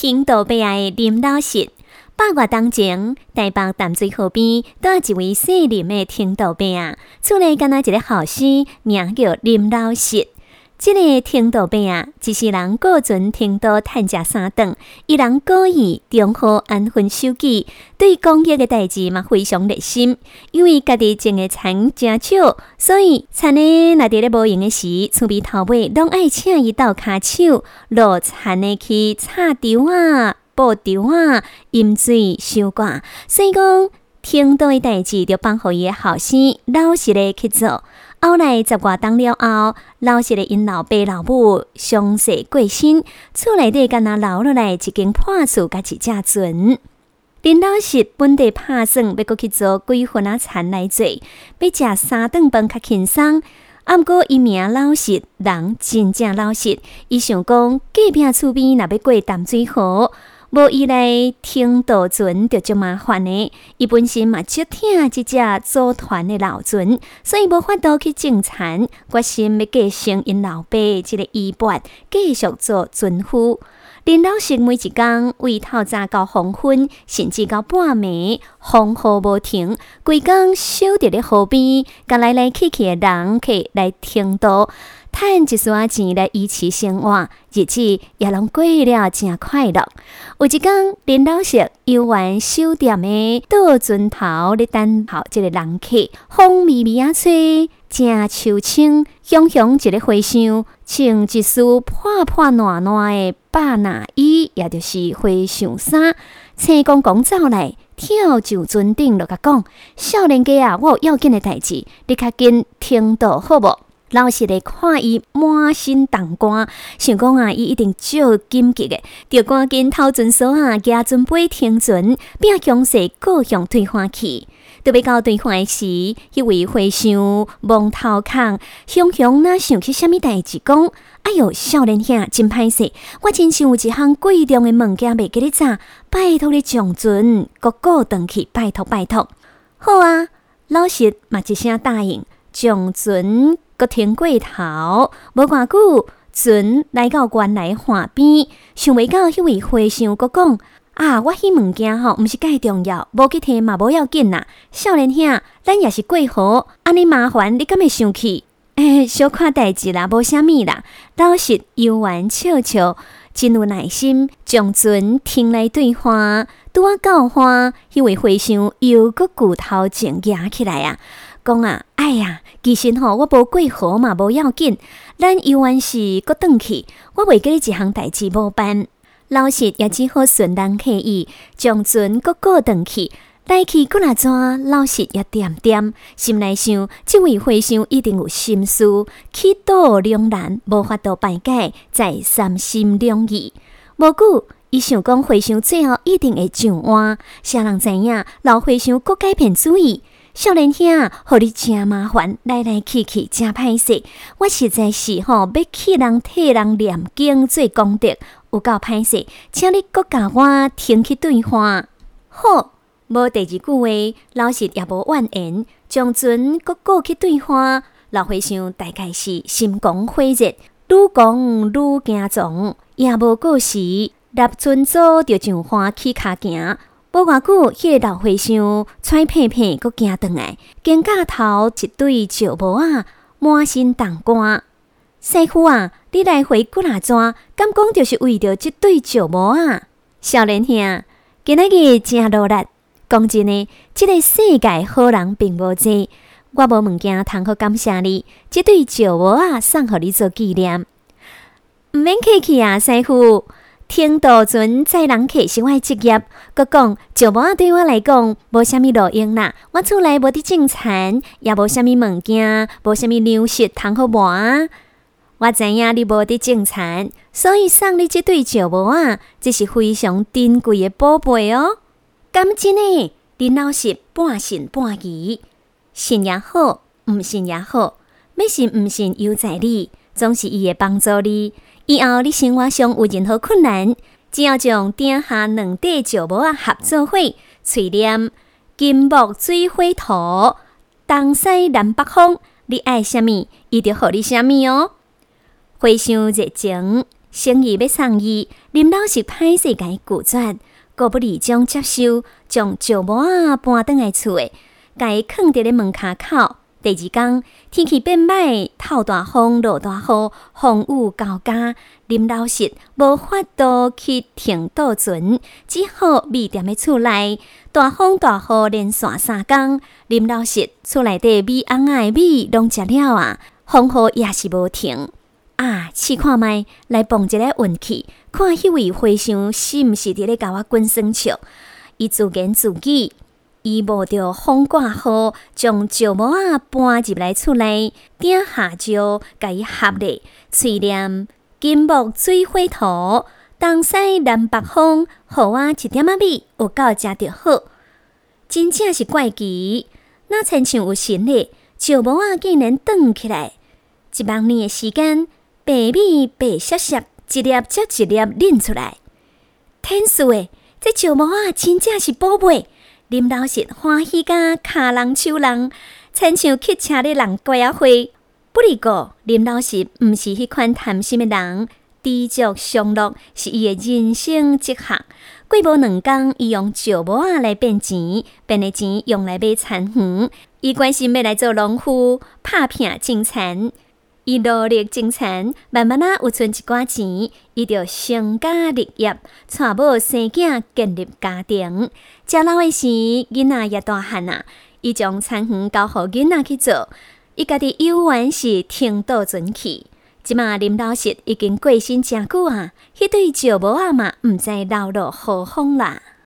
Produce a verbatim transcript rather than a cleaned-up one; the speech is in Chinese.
天道北的林老实。百外当前，台北淡水河边，住一位姓林的天道伯啊，厝内敢若一个后生，名叫林老实。这个天道伯啊，一世人过船天道探食三顿，伊人故意忠厚安分守己，对公益的代志嘛非常热心。因为家己种的田真少，所以田的若伫咧无用的时，厝边头尾拢爱请伊斗骹手，落田的去插稻啊、布稻啊、饮水、收割。所以讲，天道的代志就放互伊的后生老实的去做。后来十外冬了后，老实的因老爸老母伤势过身，厝内底敢若留落来一间破厝甲一只船。林老实本地打算要搁去做几份仔田来做，要食三顿饭较轻松。啊，毋过伊名老实，人真正老实。伊想讲，隔壁厝边若要过淡水河，无伊来听渡船就足麻烦的。伊本身嘛足疼即只组团的老船，所以无法度去种田，决心要继承因老爸即个衣钵，继续做船夫。林老实每一工为透早到黄昏，甚至到半暝，风雨无停，规工守伫咧河边，甲来来去去的人客来听渡，趁一丝仔钱来维持生活，日子也拢过了真快乐。有一天，林老实游玩小店的渡船头咧等候即个人客，风微微啊吹，正秋清，雄雄一个和尚，穿一束破破烂烂的百衲衣，也就是和尚衫，青公公走来，跳上船顶，就甲讲：少年家啊，我有要紧的代志，你较紧听到好无？老实的看伊满身重汗，想讲啊，伊一定足紧急的，就赶紧偷船梭啊，加船尾停船，并强势过向对方去。就要到对方的时，迄位和尚望头空，雄雄哪想起什么代志，讲：哎哟，少年兄真歹势，我真想有一项贵重的物件袂记你查，拜托你将船搁顾转去，拜托拜托。好啊，老实嘛一声答应，将船搁停过头，无偌久，船来到原来岸边，想袂到迄位和尚搁讲：啊，我迄物件吼，毋是介重要，无去摕嘛无要紧啦。少年兄，咱也是过河，安尼麻烦，你敢会生气？诶，小看代志啦，无啥物啦。老实游玩笑笑，真有耐心，将船停来对岸。拄啊到岸，迄位和尚又搁骨头前举起来啊，讲啊，哎呀，其实吼，我无过河嘛，无要紧。咱游玩时搁转去，我袂记你一项代志无办。老实也只好顺人客意，将船搁过转去。来去搁若怎，老实也点点，心内想，这位和尚一定有心思，起倒两难，无法度排解，再三心两意。无久，伊想讲和尚最后一定会上岸，啥人知影老和尚搁改变主意。少年兄，互你真麻烦，来来去去真歹势，我实在是吼要去人替人念经做功德，有够歹势，请你搁教我停去对岸。好。无第二句话，老实也无怨言，将船搁过去对岸。老和尚大概是心光火热，愈讲愈惊悚，也无过时，立船组就上岸起骹行。无偌久，迄个老和尚喘屁屁，搁行转来，肩胛头一对石帽啊，满身重汗。师傅啊，你来回骨若怎？敢讲就是为着即对石帽啊？少年兄，今仔日真落力。讲真的，这个世界好人并无多，我无物件通好感谢你，这对石帽啊送互你做纪念。毋免客气啊，师傅。听渡船载人客是我的职业，佮讲石帽啊对我来讲无啥物路用啦。我厝内无伫种田，也无啥物物件，无啥物粮食通好磨啊。我知影你无伫种田，所以送你这对石帽啊，这是非常珍贵的宝贝哦。敢真诶，林老实半信半疑，信也好，毋信也好，要信毋信犹在你，总是伊会帮助你。以后你生活上有任何困难，只要将顶下两块石帽啊合做伙，喙念金木水火土，东西南北风，你爱啥物，伊就互你啥物哦。和尚热情， 生意要送伊，林老实歹势甲伊拒绝，顾不二将接受，将石磨仔搬转来厝诶，甲伊囥伫咧门骹口。第二天，天气变歹，透大风，落大雨，风雨交加，林老实无法度去停倒船，只好密踮咧厝内。大风大雨连续三天，林老实厝内底米翁仔诶米拢食了啊，风雨也是无停。啊，试看卖，来碰一个运气，看迄位和尚是毋是伫咧甲我滚耍笑。伊自言自语。伊冒着风刮雨，将石磨仔搬入来厝内，顶下石，甲伊合咧，喙念金木水火土，东西南北风，互我一点仔米有够食着好。真正是怪奇，哪亲像有神咧，石磨仔竟然长起来。一万年的时间，白米白闪闪，一粒接一粒拎出来。天赐诶，这石磨仔真正是宝贝。林老实欢喜甲骹人手人，亲像去车咧人过啊花。不过，林老实毋是迄款贪心的人，知足常乐是伊的人生哲学。过无两工，伊用石磨仔来变钱，变的钱用来买田园。伊关心要来做农夫，拍拼种田。伊努力种田，慢慢啊有存一寡钱，伊就成家立业，带某生囝建立家庭。食老的时，囡仔也大汉啊，伊将田园交互囡仔去做，伊家己有缘是停倒船去。即马林老实已经过身真久啊，迄对石磨仔嘛毋知流落何方啦。